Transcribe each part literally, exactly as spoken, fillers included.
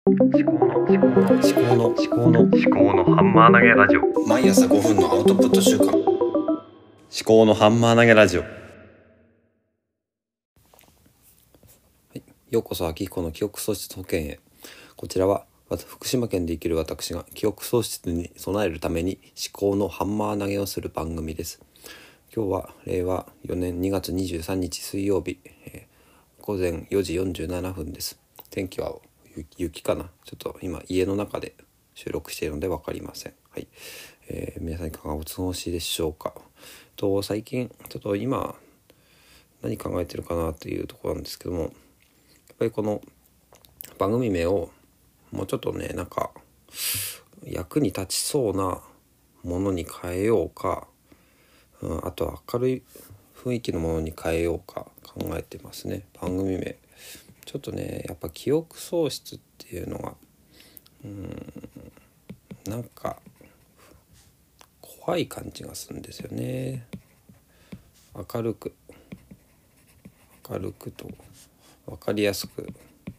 思考の思考の思考の思考の思考のハンマー投げラジオ。 毎朝ごふんのアウトプット週間。 思考のハンマー投げラジオ。はい、ようこそ秋彦の記憶喪失保険へ。こちらは福島県で生きる私が記憶喪失に備えるために思考のハンマー投げをする番組です。今日はれいわよねんにがつにじゅうさんにち水曜日、えー、ごぜんよじよんじゅうななふんです。天気は雪かな。ちょっと今家の中で収録しているので分かりません。はい、えー、皆さんいかがお過ごしでしょうか。と最近ちょっと今何考えてるかなというところなんですけども、やっぱりこの番組名をもうちょっとね、なんか役に立ちそうなものに変えようか、うん、あとは明るい雰囲気のものに変えようか考えてますね。番組名ちょっとね、やっぱ記憶喪失っていうのがうーんなんか怖い感じがするんですよね。明るく明るくと分かりやすく、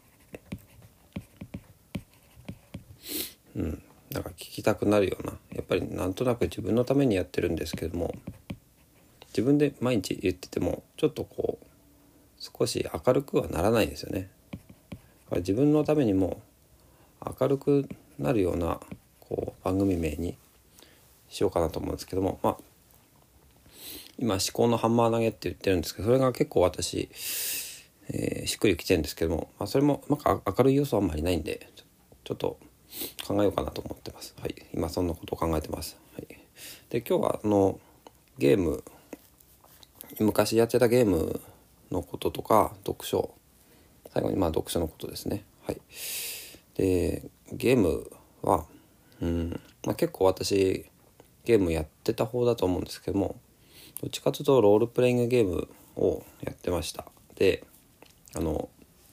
うんなんか聞きたくなるような、やっぱりなんとなく自分のためにやってるんですけども、自分で毎日言っててもちょっとこう少し明るくはならないですよね。自分のためにも明るくなるようなこう番組名にしようかなと思うんですけども、まあ今思考のハンマー投げって言ってるんですけど、それが結構私、えー、しっくりきてるんですけども、まあ、それもなんか明るい要素はあんまりないんで、ちょ、ちょっと考えようかなと思ってます。はい、今そんなことを考えてます。はい、で今日はあのゲーム昔やってたゲームのこととか読書、最後にまあ読書のことですね。はい、でゲームは、うんまあ、結構私ゲームやってた方だと思うんですけども、どっちかというとロールプレイングゲームをやってました。であの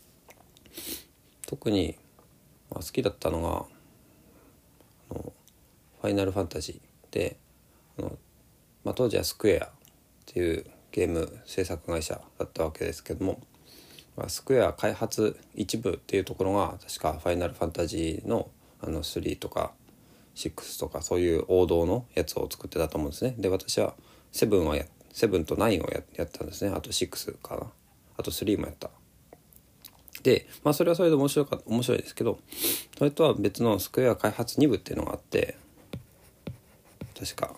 特に、まあ、好きだったのがあのファイナルファンタジーで、あの、まあ、当時はスクエアっていうゲーム制作会社だったわけですけども、まあ、スクエア開発一部っていうところが確かファイナルファンタジーの、あのスリーとかシックスとかそういう王道のやつを作ってたと思うんですね。で私はセブンはやセブンとナインを や, やったんですね。あとシックスかな、あとスリーもやった。でまあそれはそれで面白か面白いですけど、それとは別のスクエア開発に部っていうのがあって、確か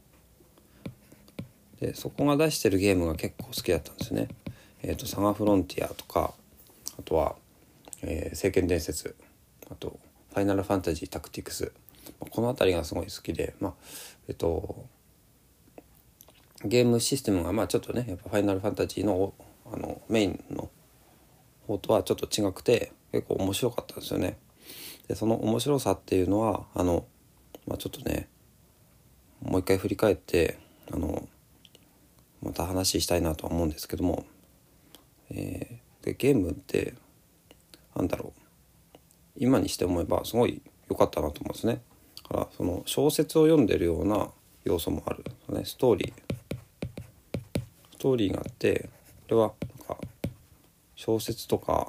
でそこが出してるゲームが結構好きだったんですね。えーとサガフロンティアとか、あとは、えー、聖剣伝説、あとファイナルファンタジータクティクス、この辺りがすごい好きで、まあえっとゲームシステムがまあちょっとね、やっぱファイナルファンタジーのあのメインの方とはちょっと違くて結構面白かったんですよね。でその面白さっていうのはあの、まあ、ちょっとねもう一回振り返ってあのまた話したいなとは思うんですけども、えー、でゲームってなんだろう、今にして思えばすごい良かったなと思うんですね。だからその小説を読んでるような要素もある、ね、ストーリーストーリーがあって、これはなんか小説とか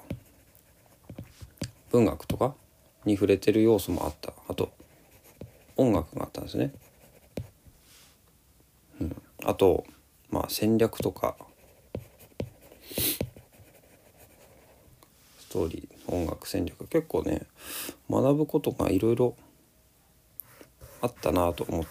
文学とかに触れてる要素もあった。あと音楽があったんですね。うん、あとまあ戦略とかストーリー、音楽、戦略、結構ね学ぶことがいろいろあったなと思って、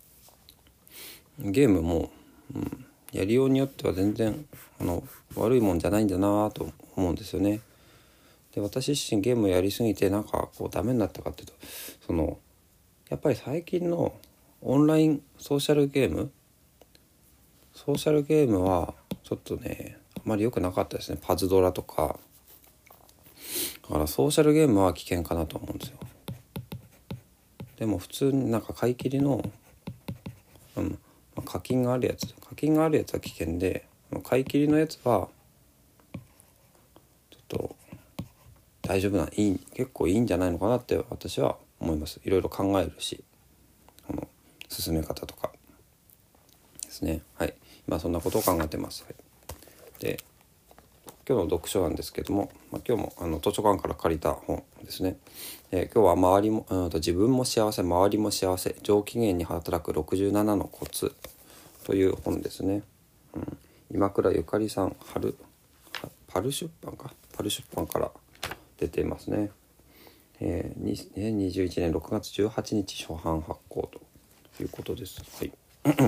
ゲームも、うん、やりようによっては全然あの悪いもんじゃないんだなと思うんですよね。で私自身ゲームやりすぎてなんかこうダメになったかっていうと、そのやっぱり最近のオンラインソーシャルゲームソーシャルゲームはちょっとねあまり良くなかったですね。パズドラとか、だからソーシャルゲームは危険かなと思うんですよ。でも普通になんか買い切りの、うんまあ、課金があるやつ課金があるやつは危険で、買い切りのやつはちょっと大丈夫な、いい結構いいんじゃないのかなって私は思います。いろいろ考えるし、あの進め方とかですね。はい、今そんなことを考えてます。はい、で今日の読書なんですけども、まあ、今日もあの図書館から借りた本ですね。えー、今日は周りも、うん、と自分も幸せ周りも幸せ上機嫌に働くろくじゅうななのコツという本ですね。うん、今倉ゆかりさん、春パル出版かパル出版から出ていますね。えー、にせんにじゅういちねんろくがつじゅうはちにち初版発行ということです。はい。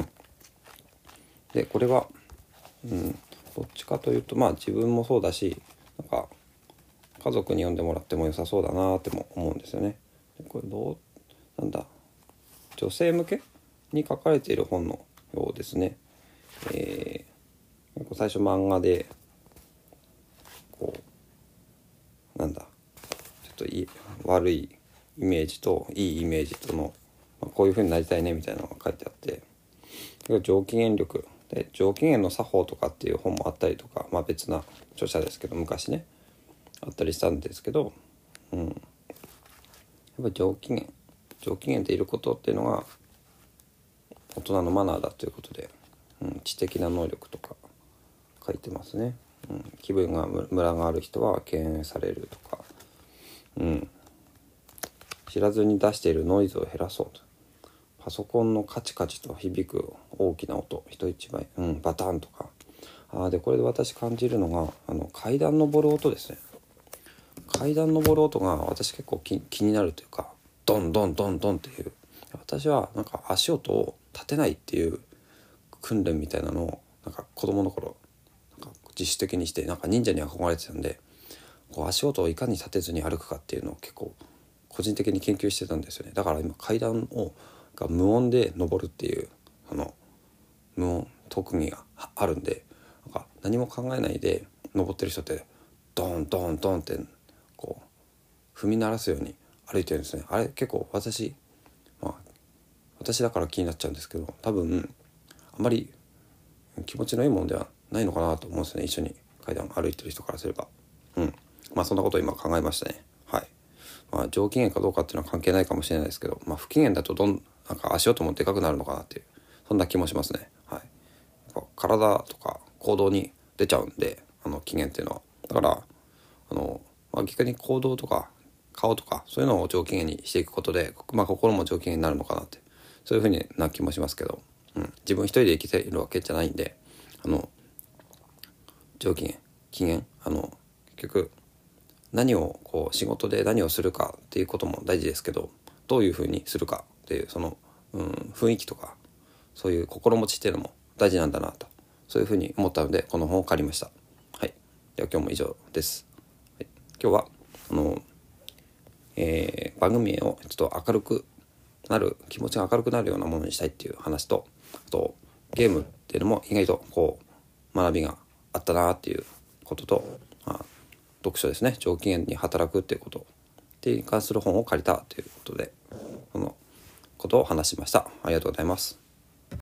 でこれは、うん、どっちかというとまあ自分もそうだし、なんか家族に読んでもらっても良さそうだなっても思うんですよね。でこれどうなんだ女性向けに書かれている本のようですね。えー、最初漫画でこうなんだちょっといい悪いイメージといいイメージとの、まあ、こういう風になりたいねみたいなのが書いてあって、上機嫌力で上機嫌の作法とかっていう本もあったりとか、まあ、別な著者ですけど昔ねあったりしたんですけど、うん、やっぱり上機嫌上機嫌でいることっていうのが大人のマナーだということで、うん、知的な能力とか書いてますね。うん、気分がムラがある人は敬遠されるとか、うん、知らずに出しているノイズを減らそうと、パソコンのカチカチと響く大きな音人一倍、うん、バタンとか、あでこれで私感じるのがあの階段登る音ですね。階段登る音が私結構気気になるというか、ドンドンドンドンっていう、私はなんか足音を立てないっていう訓練みたいなのをなんか子供の頃なんか自主的にして、なんか忍者に憧れてたんで、こう足音をいかに立てずに歩くかっていうのを結構個人的に研究してたんですよね。だから今階段をが無音で登るっていうあの無音特技があるんで、なんか何も考えないで登ってる人ってドンドンドンってこう踏み鳴らすように歩いてるんですね。あれ結構私まあ私だから気になっちゃうんですけど、多分あまり気持ちのいいもんではないのかなと思うんですね。一緒に階段歩いてる人からすれば、うんまあそんなことを今考えましたね。はい。まあ上機嫌かどうかっていうのは関係ないかもしれないですけど、まあ不機嫌だとどんなんか足音もでかくなるのかなっていうそんな気もしますね。はい。やっぱ体とか行動に出ちゃうんで、あの機嫌っていうのはだからあの、まあ、逆に行動とか顔とかそういうのを上機嫌にしていくことで、まあ、心も上機嫌になるのかなってそういうふうにな気もしますけど、うん、自分一人で生きているわけじゃないんで、あの上機嫌機嫌あの結局何をこう仕事で何をするかっていうことも大事ですけど、どういうふうにするかっていうその、うん、雰囲気とかそういう心持ちっていうのも大事なんだなとそういうふうに思ったのでこの本を借りました。はい。では今日も以上です。はい、今日はあの、えー、番組をちょっと明るくなる気持ちが明るくなるようなものにしたいっていう話と、あとゲームっていうのも意外とこう学びがあったなっていうことと、まあ、読書ですね、上機嫌に働くっていうことに関する本を借りたということで、そのことを話しました。ありがとうございます。